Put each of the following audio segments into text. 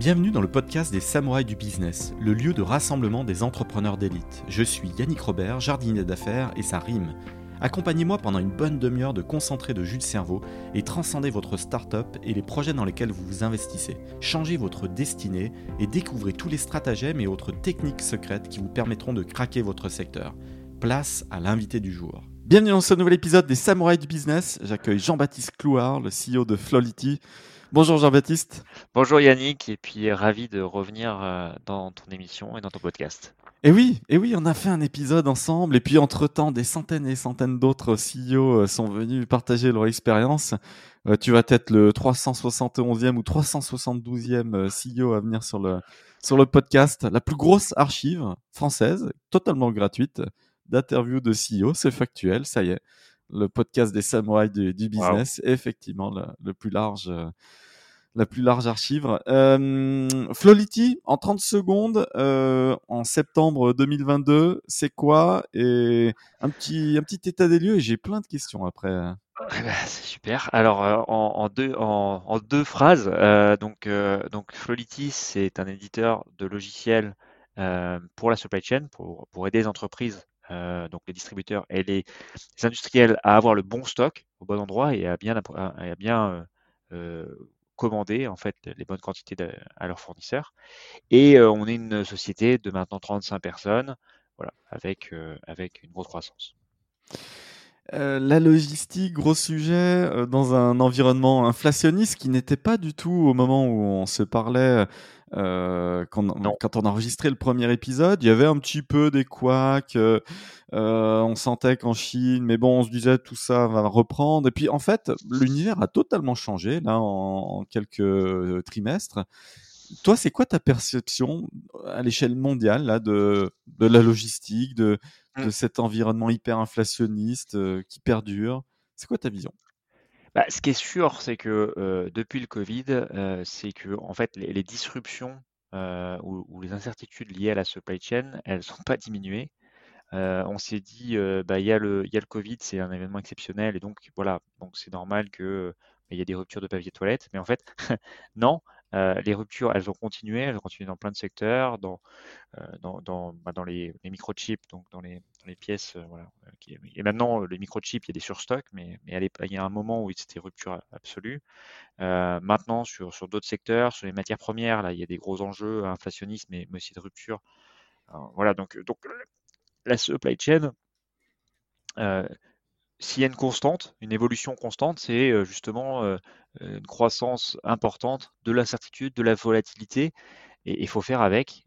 Bienvenue dans le podcast des Samouraïs du Business, le lieu de rassemblement des entrepreneurs d'élite. Je suis Yannick Robert, jardinier d'affaires et ça rime. Accompagnez-moi pendant une bonne demi-heure de concentré de jus de cerveau et transcendez votre start-up et les projets dans lesquels vous vous investissez. Changez votre destinée et découvrez tous les stratagèmes et autres techniques secrètes qui vous permettront de craquer votre secteur. Place à l'invité du jour. Bienvenue dans ce nouvel épisode des Samouraïs du Business. J'accueille Jean-Baptiste Clouard, le CEO de Flowlity. Bonjour Jean-Baptiste. Bonjour Yannick, et puis ravi de revenir dans ton émission et dans ton podcast. Et oui, on a fait un épisode ensemble, et puis entre-temps, des centaines et centaines d'autres CEO sont venus partager leur expérience. Tu vas être le 371e ou 372e CEO à venir sur le podcast, la plus grosse archive française, totalement gratuite, d'interviews de CEO, c'est factuel, ça y est. Le podcast des samouraïs du Waouh. business est effectivement le plus large. La plus large archive. Flowlity, en 30 secondes, en septembre 2022, c'est quoi? Et un petit état des lieux, et j'ai plein de questions après. C'est super. Alors en deux phrases, donc Flowlity, c'est un éditeur de logiciels pour la supply chain, pour aider les entreprises, donc les distributeurs et les industriels à avoir le bon stock au bon endroit et à bien commander en fait les bonnes quantités à leurs fournisseurs. Et on est une société de maintenant 35 personnes, voilà, avec une grosse croissance. La logistique, gros sujet, dans un environnement inflationniste qui n'était pas du tout au moment où on se parlait, Non. quand on a enregistré le premier épisode. Il y avait un petit peu des couacs, on sentait qu'en Chine, mais bon, on se disait tout ça va reprendre. Et puis en fait, l'univers a totalement changé là en quelques trimestres. Toi, c'est quoi ta perception à l'échelle mondiale là, de la logistique, de Mmh. cet environnement hyper inflationniste qui perdure? C'est quoi ta vision? Bah, ce qui est sûr, c'est que, depuis le Covid, c'est que en fait les disruptions, ou les incertitudes liées à la supply chain, elles sont pas diminuées. On s'est dit, bah, il y a le Covid, c'est un événement exceptionnel et donc voilà, donc c'est normal que, il y a des ruptures de papier toilette. Mais en fait, non, les ruptures, elles ont continué dans plein de secteurs, dans les microchips, donc dans les pièces, voilà, et maintenant, les microchips, il y a des surstocks, mais il y a un moment où c'était rupture absolue. Maintenant, sur d'autres secteurs, sur les matières premières, là, il y a des gros enjeux inflationnistes, mais aussi de rupture. Voilà, donc la supply chain, euh, s'il y a une constante, une évolution constante, c'est justement une croissance importante de l'incertitude, de la volatilité, et il faut faire avec.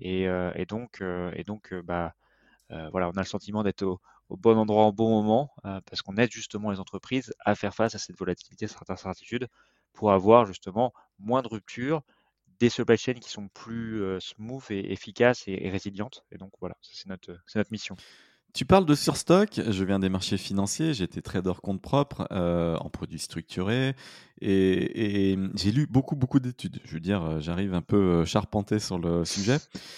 Voilà, on a le sentiment d'être au bon endroit au bon moment, parce qu'on aide justement les entreprises à faire face à cette volatilité, cette incertitude, pour avoir justement moins de ruptures, des supply chains qui sont plus smooth et efficaces et résilientes. Et donc voilà, ça, c'est notre mission. Tu parles de surstock, je viens des marchés financiers, j'étais trader compte propre en produits structurés et j'ai lu beaucoup d'études. Je veux dire, j'arrive un peu charpenté sur le sujet.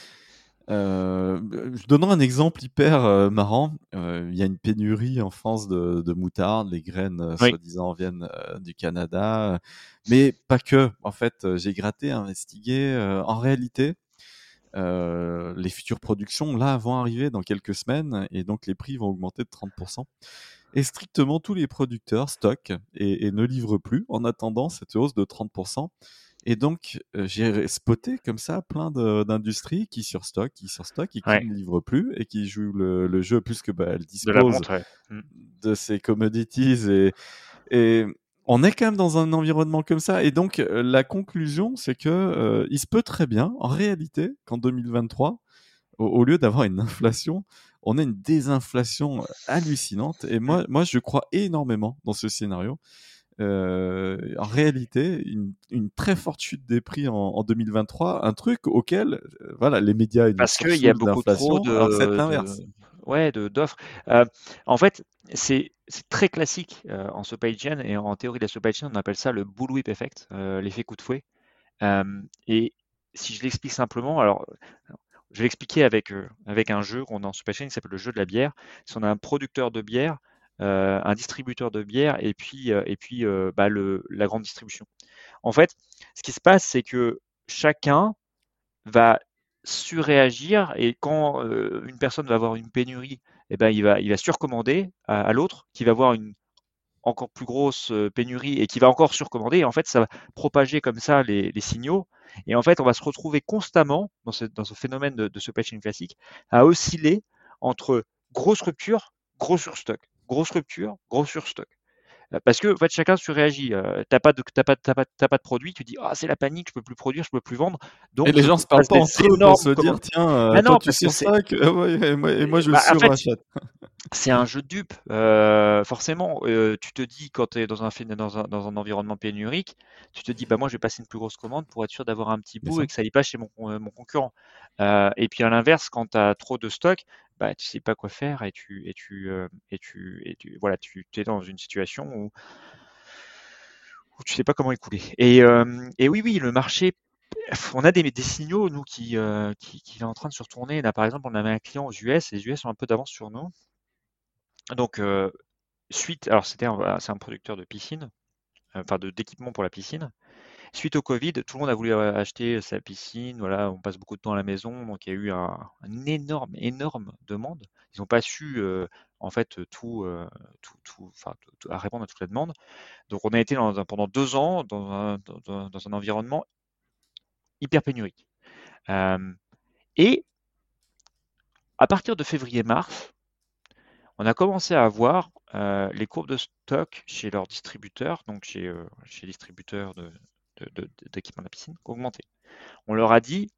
Je donnerai un exemple hyper marrant. Il y a une pénurie en France de moutarde. Les graines, Oui. soi-disant, viennent du Canada. Mais pas que. En fait, j'ai gratté, investigué. En réalité, les futures productions, là, vont arriver dans quelques semaines. Et donc, les prix vont augmenter de 30%. Et strictement tous les producteurs stockent et ne livrent plus en attendant cette hausse de 30%. Et donc, j'ai spoté comme ça plein d'industries qui surstockent et qui Ouais, ne livrent plus et qui jouent le jeu plus que elles de la disposent montre, ouais. Mm. de ces commodities. Et on est quand même dans un environnement comme ça. Et donc, la conclusion, c'est que il se peut très bien, en réalité, qu'en 2023, au lieu d'avoir une inflation, on a une désinflation hallucinante. Et moi, je crois énormément dans ce scénario. En réalité, une très forte chute des prix en 2023, un truc auquel voilà, les médias ils le Parce qu'il y a sursauvent beaucoup trop d'inflation, alors que c'est l'inverse. ouais, d'offres. En fait, c'est très classique en supply chain et en théorie de la supply chain, on appelle ça le bullwhip effect, l'effet coup de fouet. Et si je l'explique simplement, alors je vais l'expliquer avec un jeu qu'on a en supply chain qui s'appelle le jeu de la bière. Si on a un producteur de bière, un distributeur de bière et puis bah, la grande distribution. En fait, ce qui se passe, c'est que chacun va surréagir et quand une personne va avoir une pénurie, eh ben, il va surcommander à l'autre qui va avoir une encore plus grosse pénurie et qui va encore surcommander. Et en fait, ça va propager comme ça les signaux. Et en fait, on va se retrouver constamment dans ce phénomène de supply chain classique à osciller entre grosse rupture, gros surstock, grosse rupture, gros surstock. Parce que en fait, chacun surréagit. T'as pas de produit, tu dis ah c'est la panique, je peux plus produire, je peux plus vendre, Et donc les je gens te se parlent passe pas des entre eux pour énormes se dire: commandes. «Tiens, Mais toi non, tu parce que surstocks, ouais et moi je bah, en fait, surachète». c'est un jeu de dupes. Forcément, tu te dis quand tu es dans un environnement pénurique, tu te dis: «Bah, moi, je vais passer une plus grosse commande pour être sûr d'avoir un petit Bien bout et sûr. que ça aille pas chez mon concurrent». Et puis à l'inverse, quand tu as trop de stock, bah, tu sais pas quoi faire voilà, tu es dans une situation où tu sais pas comment écouler. Et oui, oui, le marché, on a des signaux, nous, qui est en train de se retourner. Là, par exemple, on avait un client aux US, et les US ont un peu d'avance sur nous. Donc, alors c'est un producteur de piscine, enfin d'équipement pour la piscine. Suite au Covid, tout le monde a voulu acheter sa piscine. Voilà, on passe beaucoup de temps à la maison, donc il y a eu un énorme, énorme demande. Ils n'ont pas su en fait à répondre à toute la demande. Donc on a été pendant 2 ans dans un environnement hyper pénurique. Euh, et à partir de février-mars, on a commencé à avoir les courbes de stock chez leurs distributeurs, donc chez les distributeurs d'équipements de la piscine, augmenter. On leur a dit,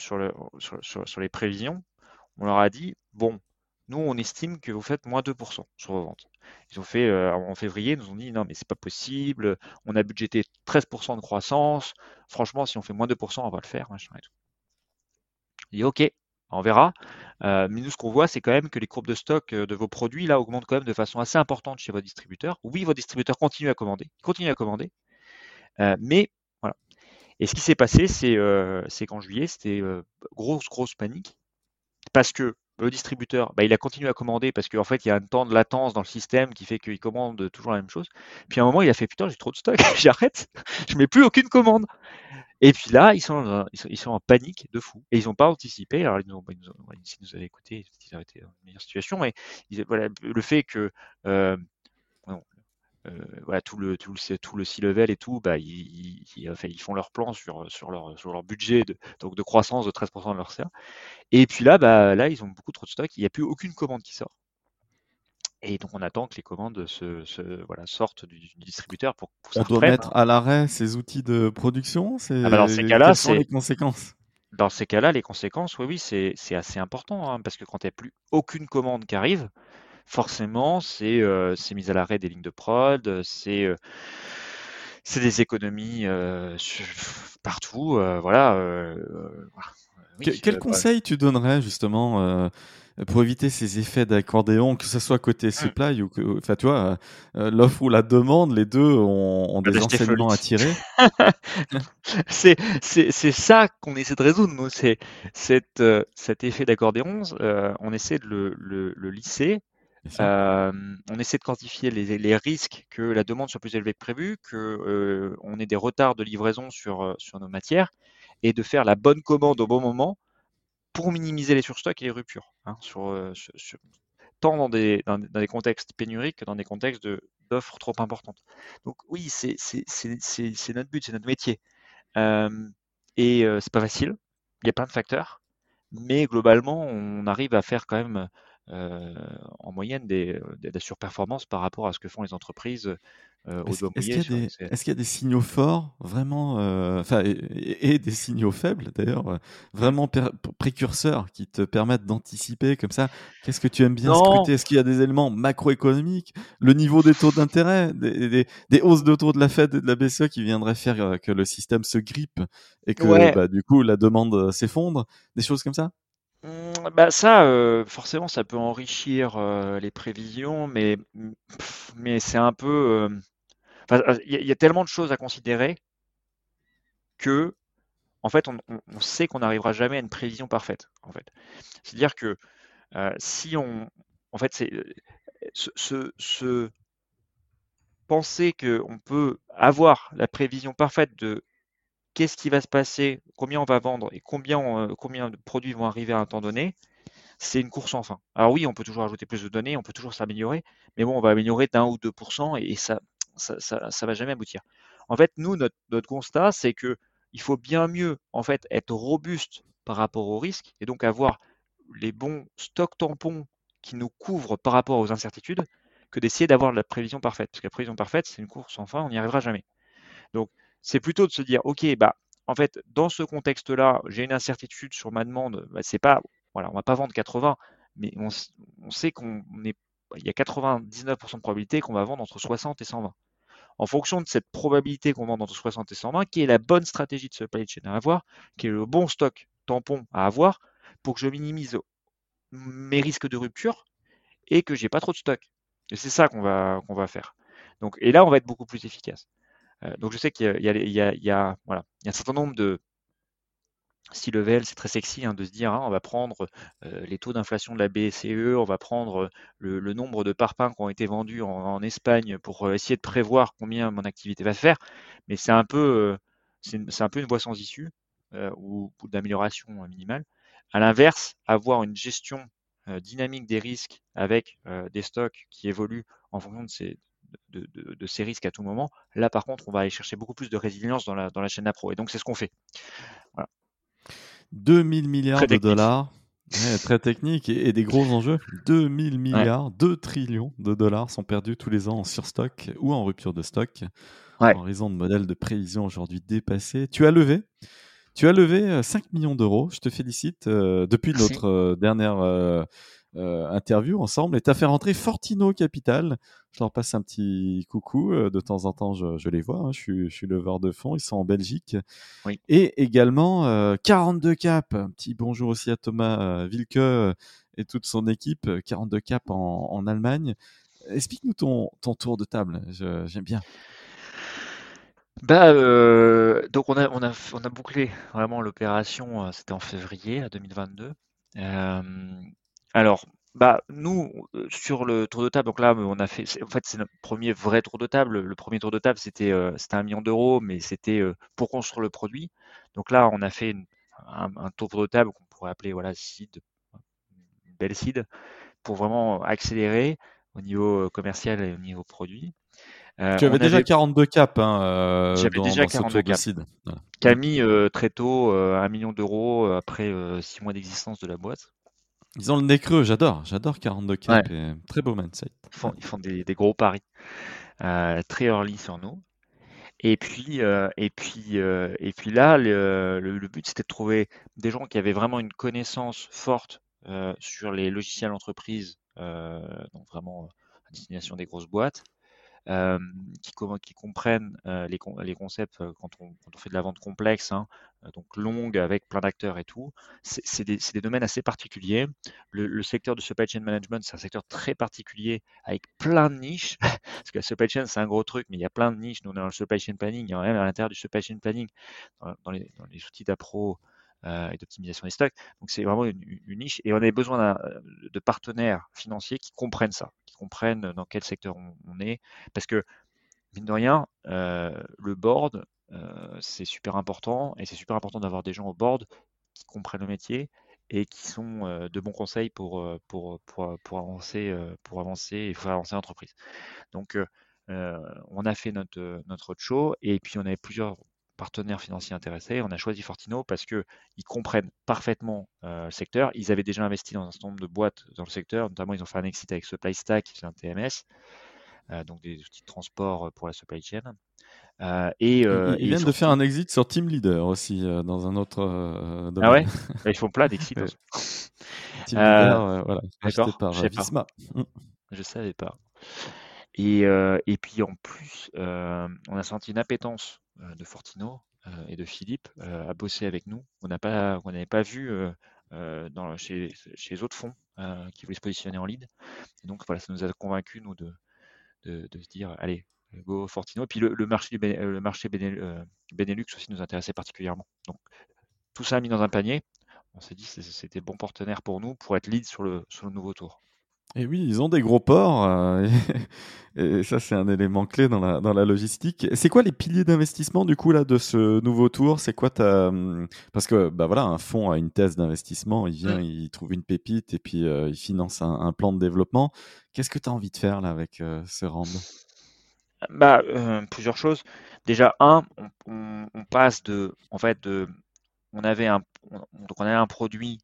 sur les prévisions, on leur a dit, bon, nous on estime que vous faites moins 2% sur vos ventes. Ils ont fait, en février, ils nous ont dit, non mais c'est pas possible, on a budgété 13% de croissance, franchement si on fait moins 2%, on va le faire, machin et tout. Il dit OK, on verra. Mais nous, ce qu'on voit, c'est quand même que les courbes de stock de vos produits là augmentent quand même de façon assez importante chez vos distributeurs. Oui, vos distributeurs continuent à commander, ils continuent à commander, mais voilà. Et ce qui s'est passé, c'est qu'en juillet, c'était grosse panique parce que le distributeur, bah, il a continué à commander parce qu'en fait, il y a un temps de latence dans le système qui fait qu'il commande toujours la même chose. Puis à un moment, il a fait putain, j'ai trop de stock, j'arrête, je mets plus aucune commande. Et puis là, ils sont en panique de fou et ils n'ont pas anticipé. Alors s'ils nous avaient écoutés, ils auraient été dans une meilleure situation. Mais voilà, le fait que bon, voilà, tout le C-level et tout, bah, enfin, ils font leur plan sur leur budget donc de croissance de 13% de leur CA. Et puis là, bah, là, ils ont beaucoup trop de stock. Il n'y a plus aucune commande qui sort. Et donc on attend que les commandes voilà, sortent du distributeur pour que On ça doit reprenne, mettre hein. à l'arrêt ces outils de production? Ah bah, dans ces C'est cas-là, quelles sont les conséquences? les conséquences, oui, oui, c'est assez important, hein, parce que quand il n'y a plus aucune commande qui arrive, forcément, c'est mise à l'arrêt des lignes de prod, c'est des économies partout, voilà, oui, Quel bah, conseil tu donnerais justement pour éviter ces effets d'accordéon, que ce soit côté mmh, supply ou enfin tu vois, l'offre ou la demande, les deux ont bah, des d'acheter enseignements à Flulix. tirer? C'est ça qu'on essaie de résoudre, nous, c'est cet effet d'accordéon, on essaie de le lisser. Bien sûr. On essaie de quantifier les risques que la demande soit plus élevée que prévu, on ait des retards de livraison sur nos matières et de faire la bonne commande au bon moment pour minimiser les surstocks et les ruptures, hein, tant dans des contextes pénuriques que dans des contextes d'offres trop importantes. Donc oui, c'est notre but, c'est notre métier. Euh, c'est pas facile, il y a plein de facteurs, mais globalement, on arrive à faire quand même euh, en moyenne des surperformances par rapport à ce que font les entreprises au Est-ce doigt est-ce mouillé qu'il y a sur des ces. est-ce qu'il y a des signaux forts vraiment, enfin et des signaux faibles d'ailleurs, Hmm. vraiment précurseurs qui te permettent d'anticiper comme ça? Qu'est-ce que tu aimes bien Non, scruter? Est-ce qu'il y a des éléments macroéconomiques? Le niveau des taux d'intérêt? Des hausses de taux de la Fed et de la BCE qui viendraient faire, que le système se grippe et que, ouais, bah, du coup la demande, s'effondre? Des choses comme ça? bah ça, forcément, ça peut enrichir les prévisions, mais c'est un peu. Enfin, il y a tellement de choses à considérer que, en fait, on sait qu'on n'arrivera jamais à une prévision parfaite. En fait, c'est-à-dire que si en fait, c'est se penser qu'on peut avoir la prévision parfaite de qu'est-ce qui va se passer, combien on va vendre et combien de produits vont arriver à un temps donné, c'est une course sans fin. Alors oui, on peut toujours ajouter plus de données, on peut toujours s'améliorer, mais bon, on va améliorer d'1 ou 2% et ça va jamais aboutir. En fait, nous, notre constat, c'est que il faut bien mieux en fait être robuste par rapport aux risques et donc avoir les bons stocks tampons qui nous couvrent par rapport aux incertitudes que d'essayer d'avoir la prévision parfaite. Parce que la prévision parfaite, c'est une course sans fin, on n'y arrivera jamais. Donc, c'est plutôt de se dire, OK, bah, en fait, dans ce contexte-là, j'ai une incertitude sur ma demande. Bah, c'est pas, voilà, on va pas vendre 80, mais on sait il y a 99% de probabilité qu'on va vendre entre 60 et 120. En fonction de cette probabilité qu'on vende entre 60 et 120, qui est la bonne stratégie de supply chain à avoir, qui est le bon stock tampon à avoir pour que je minimise mes risques de rupture et que j'ai pas trop de stock. Et c'est ça qu'on va faire. Donc, et là, on va être beaucoup plus efficace. Donc je sais qu'il y a un certain nombre de C-level, c'est très sexy de se dire, on va prendre les taux d'inflation de la BCE, on va prendre le nombre de parpaings qui ont été vendus en Espagne pour essayer de prévoir combien mon activité va faire. Mais c'est un peu une voie sans issue ou d'amélioration minimale. À l'inverse, avoir une gestion dynamique des risques avec des stocks qui évoluent en fonction de ces risques à tout moment. Là, par contre, on va aller chercher beaucoup plus de résilience dans la chaîne d'appro. Et donc, c'est ce qu'on fait. Voilà. 2000 milliards Très de technique. dollars, ouais, très technique et des gros enjeux. 2000 Ouais. milliards, 2 trillions de dollars sont perdus tous les ans en surstock ou en rupture de stock Ouais. en raison de modèles de prévision aujourd'hui dépassés. Tu as levé 5 millions d'euros. Je te félicite depuis Merci. notre dernière interview ensemble et tu as fait rentrer Fortino Capital. Je leur passe un petit coucou. De temps en temps, je les vois. Je suis leveur de fonds. Ils sont en Belgique. Oui. Et également 42 Cap. Un petit bonjour aussi à Thomas Wilke et toute son équipe. 42 Cap en Allemagne. Explique-nous ton tour de table. J'aime bien. Bah, donc on a bouclé vraiment l'opération, c'était en février 2022. Alors, bah, nous, sur le tour de table, donc là, on a fait, en fait, c'est notre premier vrai tour de table. Le premier tour de table, c'était 1 million d'euros, mais c'était pour construire le produit. Donc là, on a fait un tour de table qu'on pourrait appeler voilà, seed, une belle seed, pour vraiment accélérer au niveau commercial et au niveau produit. Tu avais On déjà avait 42 Cap J'avais dans, déjà dans ce 42 tour de cap. seed. Voilà. Mm. Camille, très tôt, 1 million d'euros après 6 mois d'existence de la boîte. Ils ont le nez creux. J'adore 42 Ouais, Cap et très beau mindset. ils Ouais. font, ils font des gros paris, très early sur nous. Et puis là, le but, c'était de trouver des gens qui avaient vraiment une connaissance forte sur les logiciels entreprises, donc vraiment à destination des grosses boîtes, euh, qui comprennent les concepts quand on fait de la vente complexe, donc longue avec plein d'acteurs et tout. C'est des domaines assez particuliers. Le secteur de supply chain management, c'est un secteur très particulier avec plein de niches. Parce que la supply chain, c'est un gros truc, mais il y a plein de niches. Nous, on est dans le supply chain planning, il y a même à l'intérieur du supply chain planning, dans les outils d'appro et d'optimisation des stocks. Donc c'est vraiment une niche et on a besoin de partenaires financiers qui comprennent ça, qui comprennent dans quel secteur on est, parce que, mine de rien, le board, c'est super important et c'est super important d'avoir des gens au board qui comprennent le métier et qui sont de bons conseils pour avancer et faire avancer l'entreprise. Donc, on a fait notre roadshow et puis on avait plusieurs partenaires financiers intéressés. On a choisi Fortino parce qu'ils comprennent parfaitement le secteur. Ils avaient déjà investi dans un certain nombre de boîtes dans le secteur, notamment ils ont fait un exit avec SupplyStack, c'est un TMS, donc des outils de transport pour la supply chain. Ils Et viennent de faire surtout, un exit sur Team Leader aussi dans un autre ah domaine. ouais, bah, ils font plein d'exits. Ouais. Team Leader, Euh, voilà, racheté d'accord, je par sais pas, Visma. Mm. je savais pas. Et puis en plus, on a senti une appétence de Fortino et de Philippe à bosser avec nous. On n'avait pas vu chez les autres fonds qui voulaient se positionner en lead. Et donc voilà, ça nous a convaincus, nous, de se dire, allez, go Fortino. Et puis le marché Benelux aussi nous intéressait particulièrement. Donc tout ça mis dans un panier. On s'est dit c'était le bon partenaire pour nous pour être lead sur le nouveau tour. Et oui, ils ont des gros ports, et ça, c'est un élément clé dans la logistique. C'est quoi les piliers d'investissement, du coup, là, de ce nouveau tour? C'est quoi parce que, bah, voilà, un fonds a une thèse d'investissement, il vient, Mm. il trouve une pépite et puis, il finance un plan de développement. Qu'est-ce que tu as envie de faire, là, avec, ce round? Bah, plusieurs choses. Déjà, on passe en fait, on avait donc on avait un produit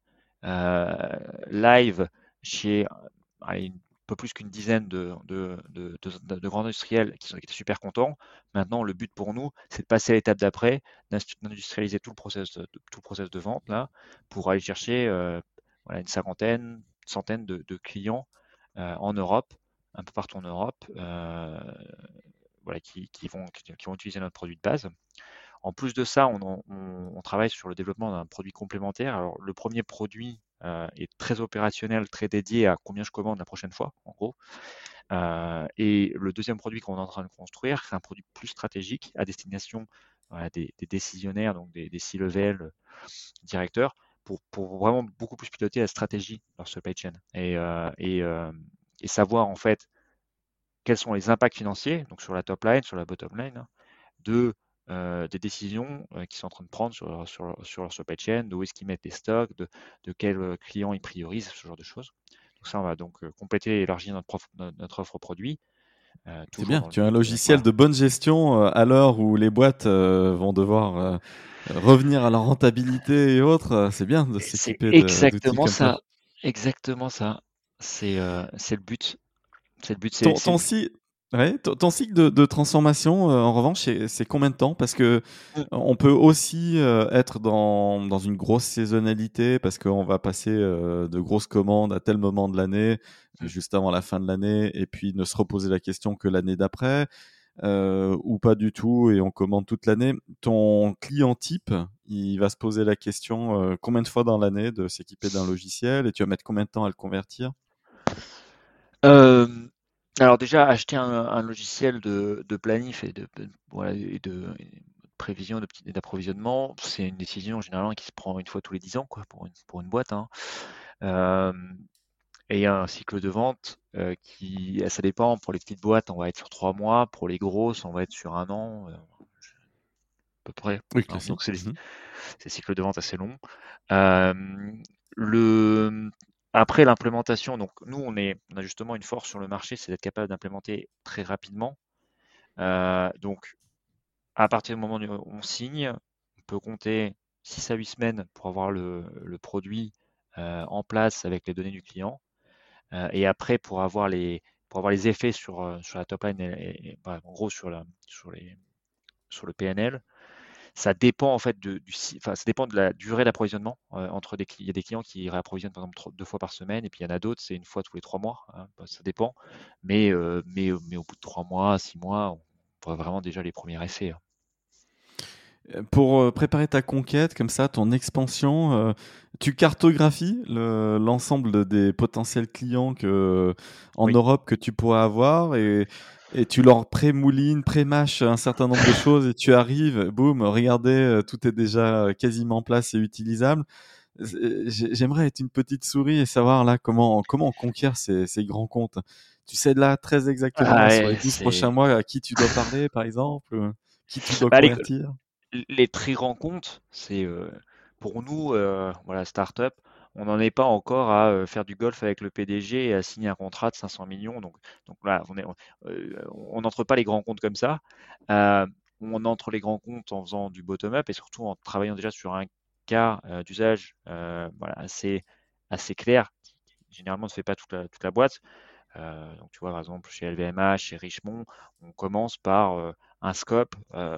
live chez allez, un peu plus qu'une dizaine de grands industriels qui étaient super contents. Maintenant, le but pour nous, c'est de passer à l'étape d'après, d'industrialiser tout le process de vente là, pour aller chercher voilà, une cinquantaine, une centaine de clients en Europe, un peu partout en Europe, voilà, qui vont utiliser notre produit de base. En plus de ça, on travaille sur le développement d'un produit complémentaire. Alors, le premier produit est très opérationnel, très dédié à combien je commande la prochaine fois, en gros. Et le deuxième produit qu'on est en train de construire, c'est un produit plus stratégique à destination voilà, des décisionnaires, donc des C-level directeurs, pour vraiment beaucoup plus piloter la stratégie de leur supply chain et savoir en fait quels sont les impacts financiers, donc sur la top line, sur la bottom line, hein, des décisions qu'ils sont en train de prendre sur leur supply chain, de où est-ce qu'ils mettent les stocks, de quels clients ils priorisent, ce genre de choses. Donc ça, on va donc compléter et élargir notre offre produit, C'est toujours bien, dans le tu as un but, logiciel voilà. de bonne gestion, à l'heure où les boîtes, vont devoir, revenir à leur rentabilité et autres, c'est bien de C'est s'équiper d'outils exactement comme ça. ça, exactement ça. C'est le but, c'est le but, Ton ton cy Ouais, ton cycle de transformation, en revanche, c'est combien de temps? Parce que Mmh, on peut aussi, être dans une grosse saisonnalité parce qu'on va passer, de grosses commandes à tel moment de l'année, mmh. juste avant la fin de l'année et puis ne se reposer la question que l'année d'après, ou pas du tout et on commande toute l'année. Ton client type, il va se poser la question, combien de fois dans l'année de s'équiper d'un logiciel et tu vas mettre combien de temps à le convertir? Hem, alors déjà, acheter un logiciel de planif voilà et de prévision et d'approvisionnement, c'est une décision généralement qui se prend une fois tous les 10 ans, quoi, pour une boîte, hein. Hem Et il y a un cycle de vente ça dépend. Pour les petites boîtes, on va être sur 3 mois. Pour les grosses, on va être sur un an, à peu près, Oui, hein. Donc classique. Mmh. c'est des cycles de vente assez longs. Hem, le Après l'implémentation, donc nous, on a justement une force sur le marché, c'est d'être capable d'implémenter très rapidement. Donc à partir du moment où on signe, on peut compter 6 à 8 semaines pour avoir le produit, en place avec les données du client. Et après, pour avoir les effets sur la top line bah, en gros sur le PNL, ça dépend en fait enfin, ça dépend de la durée d'approvisionnement. Il y a des clients qui réapprovisionnent par exemple 2 fois par semaine, et puis il y en a d'autres, c'est une fois tous les 3 mois, hein, bah, ça dépend. Mais au bout de 3 mois, 6 mois, on voit vraiment déjà les premiers effets, hein. Pour, préparer ta conquête comme ça, ton expansion, tu cartographies l'ensemble des potentiels clients en Oui. Europe que tu pourrais avoir et tu leur prémoulines, prémâches un certain nombre de choses et tu arrives, boum, regardez, tout est déjà quasiment en place et utilisable. J'aimerais être une petite souris et savoir là comment on conquiert ces grands comptes. Tu sais là très exactement Ah là sur les ouais, 12 prochains mois à qui tu dois parler par exemple, qui tu dois bah, convertir? les très grands comptes, pour nous, voilà, start-up, on n'en est pas encore à faire du golf avec le PDG et à signer un contrat de 500 millions. Donc là, on n'entre pas les grands comptes comme ça. Euh, on entre les grands comptes en faisant du bottom-up et surtout en travaillant déjà sur un cas d'usage voilà, assez clair, qui généralement ne fait pas toute la boîte. Donc tu vois, par exemple, chez LVMH, chez Richemont, on commence par un scope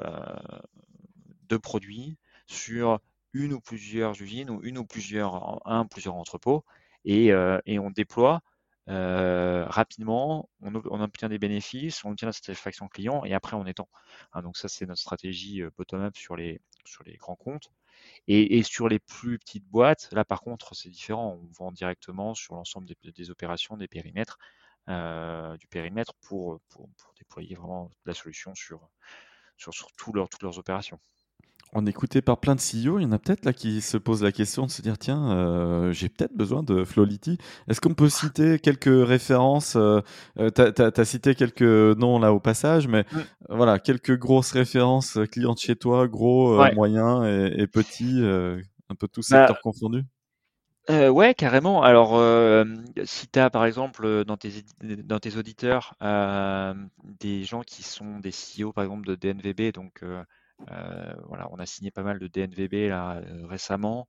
de produits sur une ou plusieurs usines ou un ou plusieurs entrepôts et on déploie rapidement, on obtient des bénéfices, on obtient la satisfaction client et après on étend, hein. Donc ça, c'est notre stratégie bottom-up sur les grands comptes. Et sur les plus petites boîtes, là par contre, c'est différent. On vend directement sur l'ensemble des opérations, des périmètres, du périmètre pour déployer vraiment la solution sur toutes leurs opérations. On est écouté par plein de CEO, il y en a peut-être là qui se posent la question de se dire tiens, j'ai peut-être besoin de Flowlity. Est-ce qu'on peut citer quelques références t'as cité quelques noms là au passage, mais Mm. voilà, quelques grosses références clients de chez toi, gros, Ouais. moyens et petits, un peu tous Bah, secteurs confondus. ouais, carrément. Alors, si tu as par exemple dans tes auditeurs des gens qui sont des CEO par exemple de DNVB, donc voilà, on a signé pas mal de DNVB là récemment.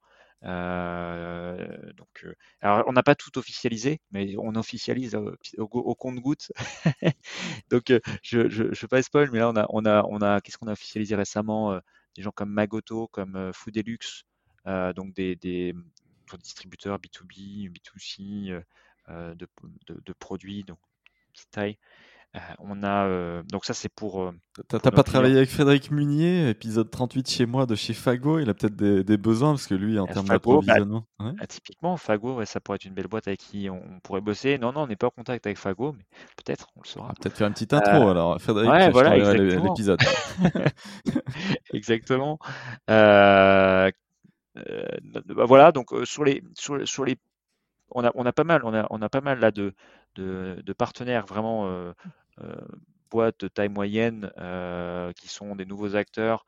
Alors on n'a pas tout officialisé, mais on officialise au compte-gouttes. Donc je vais pas spoil, mais là on a qu'est-ce qu'on a officialisé récemment des gens comme Magoto, comme Foodelux, donc des distributeurs B2B, B2C de produits, donc petite taille. On a donc ça c'est T'as pour nos pas clients. travaillé avec Frédéric Munier, épisode 38 chez moi de chez Fago, il a peut-être des besoins parce que lui en termes Fago, bah, d'approvisionnement. Ouais. typiquement Fago, ouais, ça pourrait être une belle boîte avec qui on pourrait bosser. Non, non, on n'est pas en contact avec Fago, mais peut-être, on le On va saura. peut-être faire une petite Euh, intro alors. Frédéric, ouais, je voilà, t'enverrai exactement. l'épisode. Exactement. Euh, bah, voilà, donc sur les on a pas mal, on a pas mal là de partenaires vraiment euh, boîtes de taille moyenne qui sont des nouveaux acteurs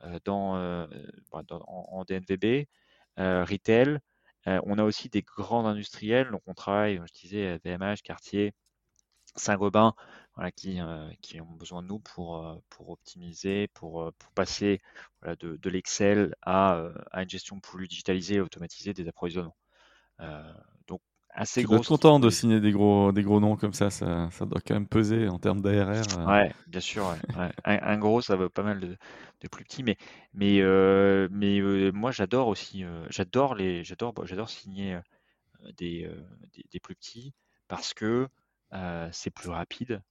en DNVB, retail. On a aussi des grands industriels, donc on travaille, je disais, VMH, Cartier, Saint-Gobain, voilà, qui ont besoin de nous pour optimiser, pour passer voilà, de l'Excel à une gestion plus digitalisée et automatisée des approvisionnements. Euh, donc, assez Tu dois être grosse content de typologie. signer des gros noms comme ça doit quand même peser en termes d'ARR. Ouais, bien sûr. Ouais, ouais. Un gros, ça vaut pas mal de plus petits, mais moi, j'adore aussi, j'adore signer des plus petits parce que c'est plus rapide.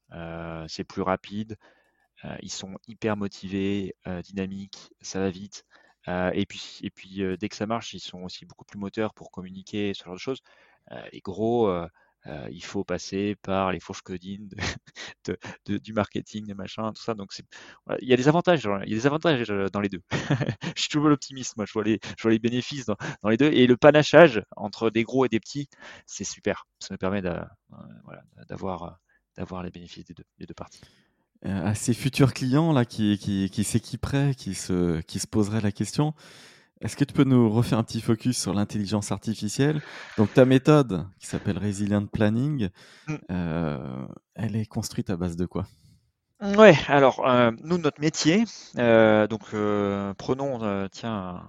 Ils sont hyper motivés, dynamiques, ça va vite. Et puis dès que ça marche, ils sont aussi beaucoup plus moteurs pour communiquer, ce genre de choses. Les gros, il faut passer par les fourches codines de- du marketing, des machins, tout ça. Donc voilà, il y a des avantages, il y a des avantages dans les deux. Je suis toujours l'optimiste, moi, je vois les bénéfices dans les deux. Et le panachage entre des gros et des petits, c'est super. Ça me permet voilà, d'avoir les bénéfices des deux parties. À ces futurs clients là qui s'équiperaient, qui se poseraient la question, est-ce que tu peux nous refaire un petit focus sur l'intelligence artificielle? Donc ta méthode qui s'appelle Resilient Planning, euh, elle est construite à base de quoi? Ouais, alors nous, notre métier, donc prenons, tiens,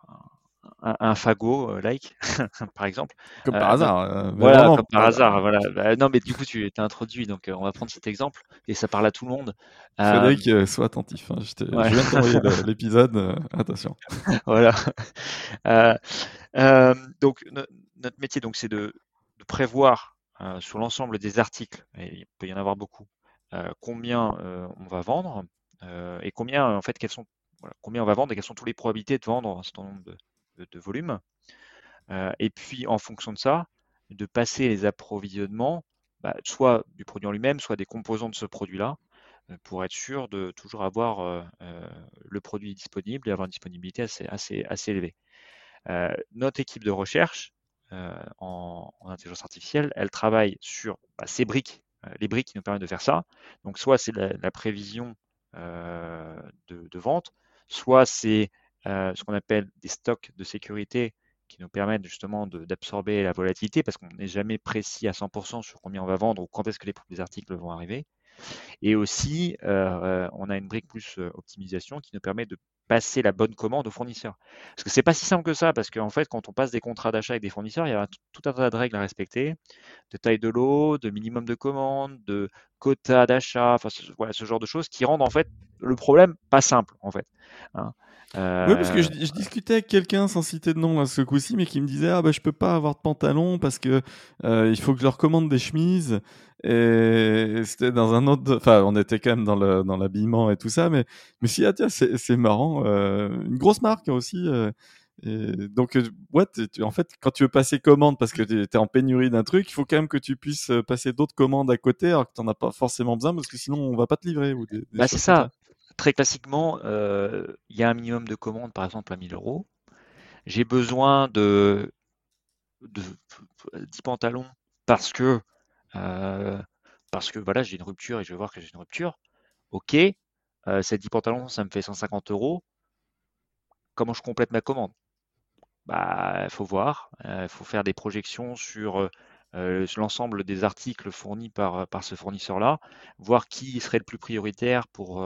un fagot, like, par exemple. Comme par Notre hasard, mais Voilà, vraiment comme par par hasard. hasard, voilà. Bah, non, mais du coup, tu t'es introduit, donc on va prendre cet exemple et ça parle à tout le monde. Frédéric, Hem, sois attentif, hein, ouais, je viens de t'envoyer l'épisode, attention. voilà. Heu, donc notre métier, donc, c'est de prévoir, sur l'ensemble des articles, et il peut y en avoir beaucoup, combien, on va vendre, et combien, en fait, voilà, combien on va vendre et quelles sont toutes les probabilités de vendre un certain nombre de volumes. Et puis en fonction de ça, de passer les approvisionnements, bah, soit du produit en lui-même, soit des composants de ce produit-là, pour être sûr de toujours avoir le produit disponible et avoir une disponibilité assez élevée. Notre équipe de recherche en intelligence artificielle, elle travaille sur ces briques, les briques qui nous permettent de faire ça. Donc soit c'est la prévision de vente, soit c'est ce qu'on appelle des stocks de sécurité qui nous permettent justement d'absorber la volatilité parce qu'on n'est jamais précis à 100% sur combien on va vendre ou quand est-ce que les articles vont arriver. Et aussi, on a une brique plus optimisation qui nous permet de passer la bonne commande au fournisseur. Parce que c'est pas si simple que ça, parce qu'en fait, quand on passe des contrats d'achat avec des fournisseurs, il y a tout un tas de règles à respecter, de taille de lot, de minimum de commande, de quota d'achat, enfin voilà, ce genre de choses qui rendent en fait le problème pas simple en fait. Hein. Oui, parce que Euh, je discutais avec quelqu'un sans citer de nom à ce coup-ci, mais qui me disait ah bah je peux pas avoir de pantalon parce que il faut que je leur commande des chemises. Et c'était dans un autre, enfin on était quand même dans l'habillement et tout ça, mais si ah tiens c'est marrant, une grosse marque aussi. Et donc ouais, en fait quand tu veux passer commande parce que tu es en pénurie d'un truc, il faut quand même que tu puisses passer d'autres commandes à côté alors que tu n'en as pas forcément besoin parce que sinon on va pas te livrer ou des Bah c'est choses comme ça. ça. très classiquement, il y a un minimum de commandes, par exemple à 1 000 €. J'ai besoin de 10 pantalons parce que, heu, voilà, j'ai une rupture et je vais voir que j'ai une rupture. OK, ces 10 pantalons, ça me fait 150 €. Comment je complète ma commande? Bah, il faut voir, il faut faire des projections sur l'ensemble des articles fournis par ce fournisseur-là, voir qui serait le plus prioritaire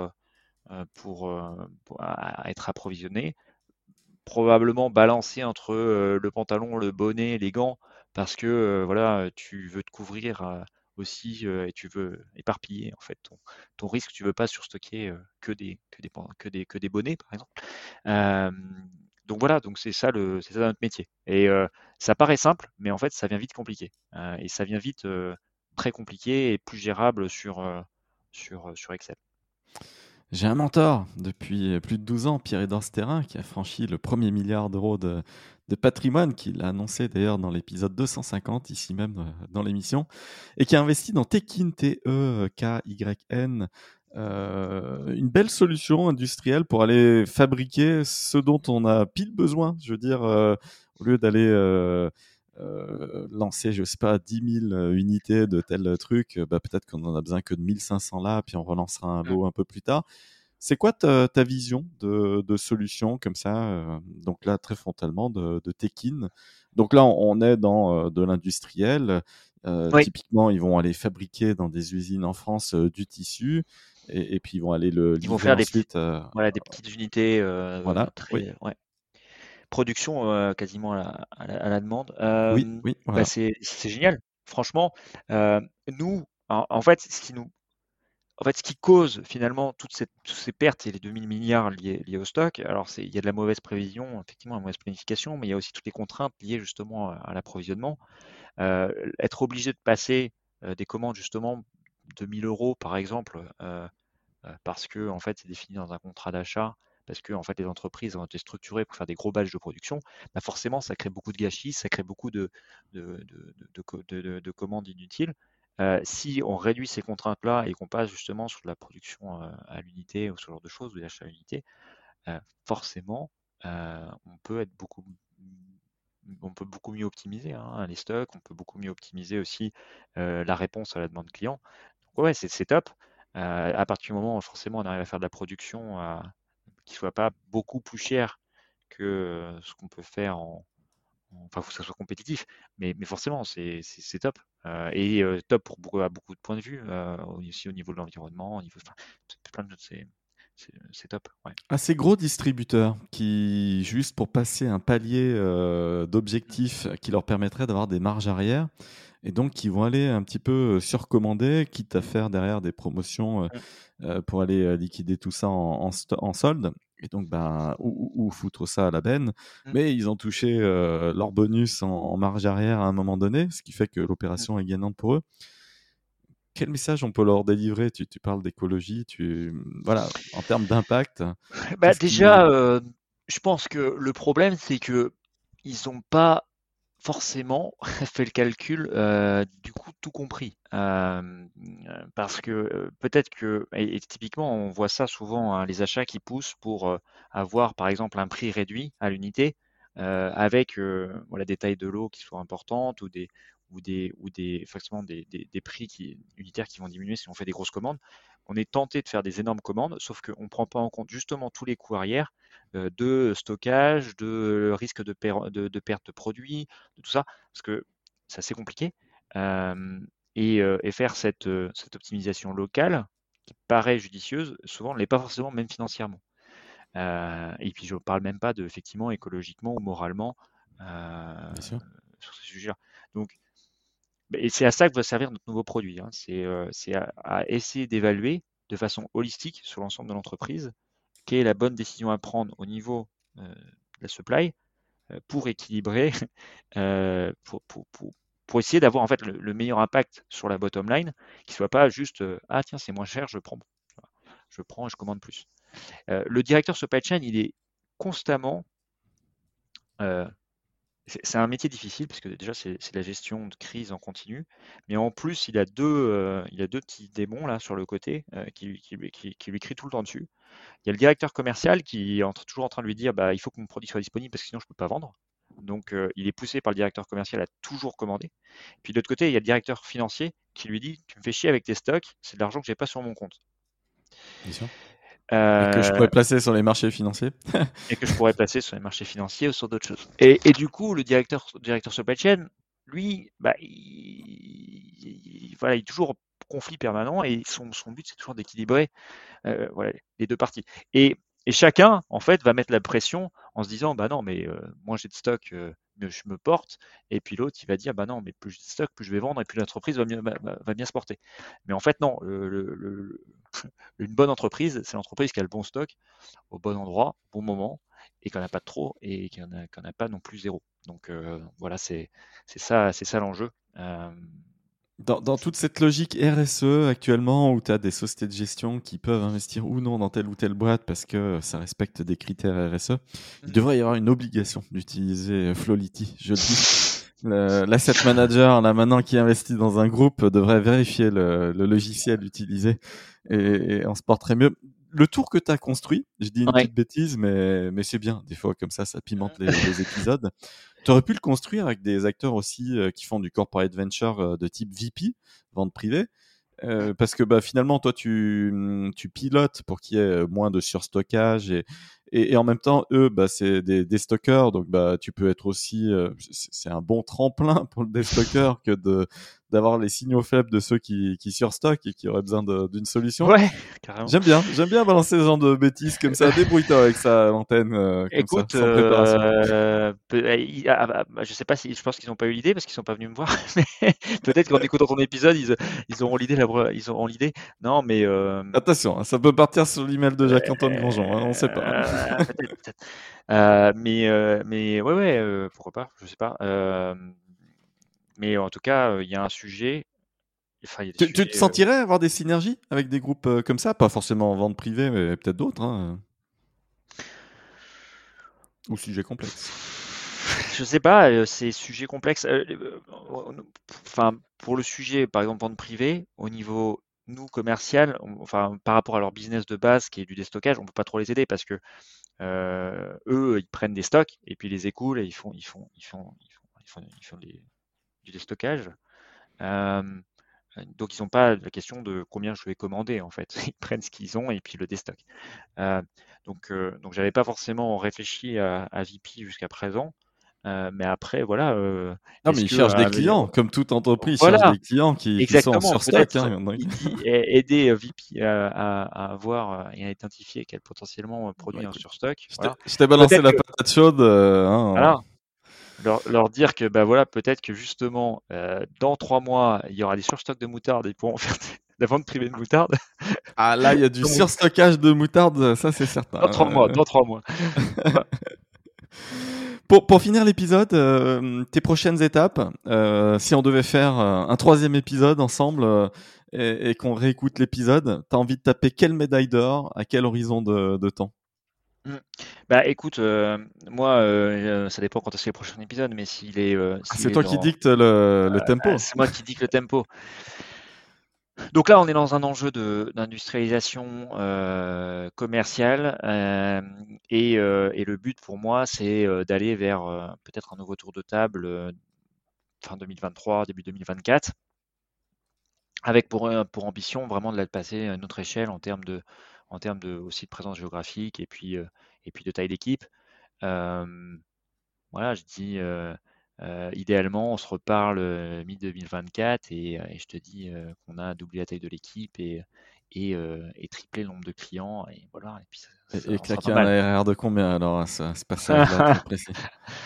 pour être approvisionné. Probablement balancer entre le pantalon, le bonnet, les gants, parce que voilà, tu veux te couvrir aussi et tu veux éparpiller en fait ton risque. Tu veux pas surstocker que des bonnets, par exemple. Euh, donc voilà, donc c'est ça notre métier. Et ça paraît simple, mais en fait, ça vient vite compliqué. Et ça vient vite très compliqué et plus gérable sur Excel. J'ai un mentor depuis plus de 12 ans, Pierre-Édouard Sterrin, qui a franchi le premier milliard d'euros de patrimoine, qu'il a annoncé d'ailleurs dans l'épisode 250, ici même dans l'émission, et qui a investi dans Tekin, T-E-K-Y-N, une belle solution industrielle pour aller fabriquer ce dont on a pile besoin. Je veux dire, au lieu d'aller lancer, je sais pas, 10 000 unités de tel truc, bah, peut-être qu'on en a besoin que de 1500 là, puis on relancera un lot un peu plus tard. C'est quoi ta vision de solution comme ça, donc là, très frontalement, de Tekin? Donc là, on est dans de l'industriel. Oui, Typiquement, ils vont aller fabriquer dans des usines en France du tissu et puis ils vont aller le ils vont livrer faire des petites, ensuite. voilà, des petites unités Voilà, oui, très, ouais. Production quasiment à la demande. oui, oui, Bah, voilà. c'est génial. Franchement, nous, en fait, ce qui cause finalement toutes ces pertes et les 2000 milliards liés au stock, alors il y a de la mauvaise prévision, effectivement, la mauvaise planification, mais il y a aussi toutes les contraintes liées justement à l'approvisionnement. Être obligé de passer des commandes justement de 1 000 € par exemple, parce que en fait c'est défini dans un contrat d'achat, parce que en fait les entreprises ont été structurées pour faire des gros batchs de production, bah forcément ça crée beaucoup de gâchis, ça crée beaucoup de commandes inutiles. Si on réduit ces contraintes-là et qu'on passe justement sur de la production à l'unité ou ce genre de choses, ou d'achat à l'unité, forcément on peut beaucoup mieux optimiser hein, les stocks, on peut beaucoup mieux optimiser aussi la réponse à la demande client. Donc ouais, c'est top. À partir du moment où forcément on arrive à faire de la production qui soit pas beaucoup plus cher que ce qu'on peut faire enfin, il faut que ça soit compétitif, mais forcément, c'est top. Et top à beaucoup de points de vue, aussi au niveau de l'environnement, enfin, plein de c'est top. Ouais. Assez gros distributeurs qui, juste pour passer un palier Mm, d'objectifs qui leur permettrait d'avoir des marges arrière, et donc qui vont aller un petit peu surcommander, quitte à faire derrière des promotions mm, pour aller liquider tout ça en solde. Et donc, ben, ou foutre ça à la benne. mm, Mais ils ont touché leur bonus en marge arrière à un moment donné, ce qui fait que mm. l'opération est gagnante pour eux. Quel message on peut leur délivrer? Tu parles d'écologie, voilà, en termes d'impact, Bah, qu'est-ce qui... déjà, je pense que le problème, c'est que ils ont pas forcément fait le calcul, du coup, tout compris. Parce que peut-être que, et typiquement, on voit ça souvent, hein, les achats qui poussent pour avoir, par exemple, un prix réduit à l'unité, avec voilà, des tailles de lots qui soient importantes effectivement des prix unitaires qui vont diminuer si on fait des grosses commandes. On est tenté de faire des énormes commandes, sauf qu'on ne prend pas en compte justement tous les coûts arrière de stockage, de risque de perte de produits, de tout ça, parce que c'est assez compliqué. Euh, et faire cette optimisation locale, qui paraît judicieuse, souvent ne l'est pas forcément, même financièrement. Et puis je ne parle même pas de, effectivement, écologiquement ou moralement euh, Bien sûr. sur ces sujets-là. Donc, et c'est à ça que va servir notre nouveau produit, hein. C'est à essayer d'évaluer de façon holistique sur l'ensemble de l'entreprise quelle est la bonne décision à prendre au niveau de la supply pour équilibrer, pour essayer d'avoir en fait le meilleur impact sur la bottom line, qui soit pas juste ah tiens c'est moins cher, je prends et je commande plus. Le directeur supply chain, il est constamment euh, c'est un métier difficile parce que déjà c'est la gestion de crise en continu, mais en plus il a deux petits démons là sur le côté qui lui crient tout le temps dessus. Il y a le directeur commercial qui est toujours en train de lui dire bah, il faut que mon produit soit disponible parce que sinon je ne peux pas vendre. Donc il est poussé par le directeur commercial à toujours commander. Puis de l'autre côté, il y a le directeur financier qui lui dit tu me fais chier avec tes stocks, c'est de l'argent que j'ai pas sur mon compte. Bien sûr. Et que je Euh, pourrais placer sur les marchés financiers. et que je pourrais placer sur les marchés financiers ou sur d'autres choses. Et du coup, le directeur supply chain, lui, bah, voilà, il est toujours en conflit permanent et son but, c'est toujours d'équilibrer voilà, les deux parties. Et chacun, en fait, va mettre la pression en se disant, bah non, mais moins j'ai de stock, mieux je me porte. Et puis l'autre, il va dire, bah non, mais plus j'ai de stock, plus je vais vendre, et plus l'entreprise va bien se porter. Mais en fait, non, une bonne entreprise, c'est l'entreprise qui a le bon stock au bon endroit, au bon moment, et qu'on n'a pas de trop, et qu'on n'a pas non plus zéro. Donc voilà, c'est ça l'enjeu. Dans toute cette logique RSE actuellement, où tu as des sociétés de gestion qui peuvent investir ou non dans telle ou telle boîte parce que ça respecte des critères RSE, il devrait y avoir une obligation d'utiliser Flowlity. Je le dis. L'asset manager, là maintenant qui investit dans un groupe, devrait vérifier le logiciel utilisé et on se porterait mieux. Le tour que tu as construit, je dis une Ouais. petite bêtise, mais c'est bien. Des fois, comme ça pimente les épisodes. Tu aurais pu le construire avec des acteurs aussi qui font du corporate venture de type VP, vente privée. Parce que bah, finalement, toi, tu pilotes pour qu'il y ait moins de surstockage et en même temps, eux, bah, c'est des stockers, donc bah, tu peux être aussi, c'est un bon tremplin pour le déstocker que d'avoir les signaux faibles de ceux qui surstockent et qui auraient besoin d'une solution. Ouais, carrément. J'aime bien balancer ce genre de bêtises comme ça. Débrouille-toi avec ça à l'antenne, comme ça, Écoute, sans préparation. je sais pas si je pense qu'ils n'ont pas eu l'idée parce qu'ils sont pas venus me voir, mais peut-être qu'en écoutant ton épisode, ils auront l'idée ils auront l'idée. Non, mais Attention, hein, ça peut partir sur l'email de Jacques-Antoine Grandjean, hein, on sait pas. peut-être. Mais ouais, ouais, pourquoi pas, je sais pas. Mais en tout cas, il y a un sujet, enfin il y a des Tu te sujets. sentirais avoir des synergies avec des groupes comme ça? Pas forcément en vente privée, mais peut-être d'autres, hein, ou sujet complexe. Je sais pas, c'est sujet complexe. Enfin, pour le sujet, par exemple, vente privée, au niveau, nous, commercial, enfin, par rapport à leur business de base, qui est du déstockage, on peut pas trop les aider parce que eux, ils prennent des stocks et puis ils les écoulent et ils font du déstockage. Euh, donc, ils n'ont pas la question de combien je vais commander, en fait. Ils prennent ce qu'ils ont et puis ils le déstockent. Donc, j'avais pas forcément réfléchi à VP jusqu'à présent. Mais après, voilà, Non, mais est-ce ils que cherchent des clients, comme toute entreprise cherche voilà, des clients qui sont en exactement, surstock, peut-être hein, donc aider VP à avoir et à identifier quel potentiellement bah, produit en écoute, surstock. Voilà. je t'ai balancé Peut-être la que patate chaude, hein. voilà, leur dire que bah voilà, peut-être que justement dans 3 mois, il y aura des surstocks de moutarde et ils pourront faire de la vente privée de moutarde. Ah là, il y a du Donc, surstockage de moutarde, ça c'est certain, dans 3 mois, hein. dans 3 mois. Voilà. Pour finir l'épisode, tes prochaines étapes, si on devait faire un troisième épisode ensemble et qu'on réécoute l'épisode, t'as envie de taper quelle médaille d'or à quel horizon de temps? Mm. Bah écoute, moi, ça dépend quand est-ce que le prochain épisode, mais Ah, s'il c'est est toi qui dans, dicte le tempo. c'est moi qui dicte le tempo. Donc là, on est dans un enjeu d'industrialisation commerciale et le but pour moi, c'est d'aller vers peut-être un nouveau tour de table fin 2023, début 2024, avec pour ambition vraiment de la passer à une autre échelle en termes de aussi de présence géographique et puis de taille d'équipe. Euh, voilà, je dis idéalement, on se reparle mi-2024 et je te dis qu'on a doublé la taille de l'équipe et triplé le nombre de clients et voilà, et puis Et on sera pas claquer un mal. ARR de combien alors à ce passage-là très précis?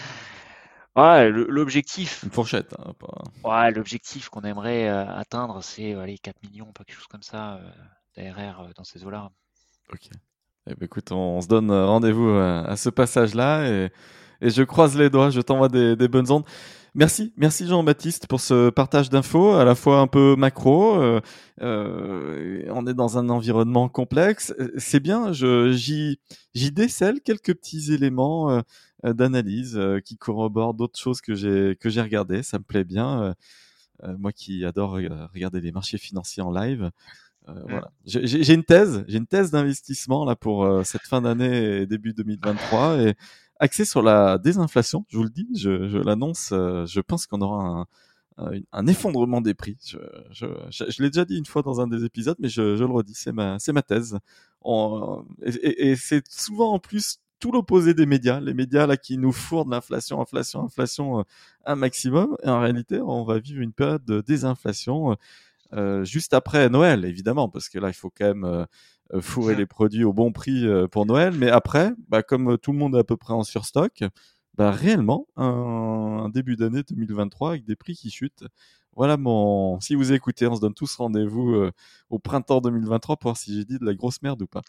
Ouais, l'objectif, Une fourchette, hein, pas... ouais, l'objectif qu'on aimerait atteindre, c'est allez, 4 millions, pas quelque chose comme ça, d'ARR dans ces eaux-là. Ok. Eh ben, écoute, on se donne rendez-vous à ce passage-là et je croise les doigts, je t'envoie des bonnes ondes. Merci Jean-Baptiste pour ce partage d'infos, à la fois un peu macro. On est dans un environnement complexe. C'est bien, j'y décèle quelques petits éléments d'analyse qui corroborent d'autres choses que j'ai regardées. Ça me plaît bien. Moi qui adore regarder les marchés financiers en live. Mm. Voilà. J'ai une thèse d'investissement là pour cette fin d'année et début 2023 et axée sur la désinflation. Je vous le dis, je l'annonce. Je pense qu'on aura un effondrement des prix. Je l'ai déjà dit une fois dans un des épisodes, mais je le redis, c'est ma thèse. Et c'est souvent en plus tout l'opposé des médias. Les médias là qui nous fournent l'inflation, inflation un maximum. Et en réalité, on va vivre une période de désinflation juste après Noël, évidemment, parce que là, il faut quand même fourrer les produits au bon prix pour Noël. Mais après, bah, comme tout le monde est à peu près en surstock, bah, réellement, un début d'année 2023 avec des prix qui chutent. Voilà mon. Si vous écoutez, on se donne tous rendez-vous au printemps 2023 pour voir si j'ai dit de la grosse merde ou pas.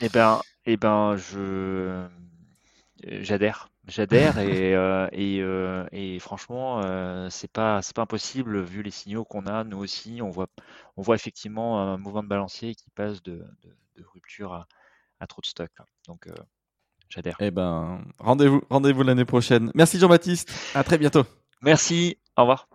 J'adhère et franchement, c'est pas impossible vu les signaux qu'on a. Nous aussi, on voit effectivement un mouvement de balancier qui passe de rupture à trop de stock là. Donc, j'adhère. Eh ben, rendez-vous l'année prochaine. Merci Jean-Baptiste. À très bientôt. Merci, au revoir.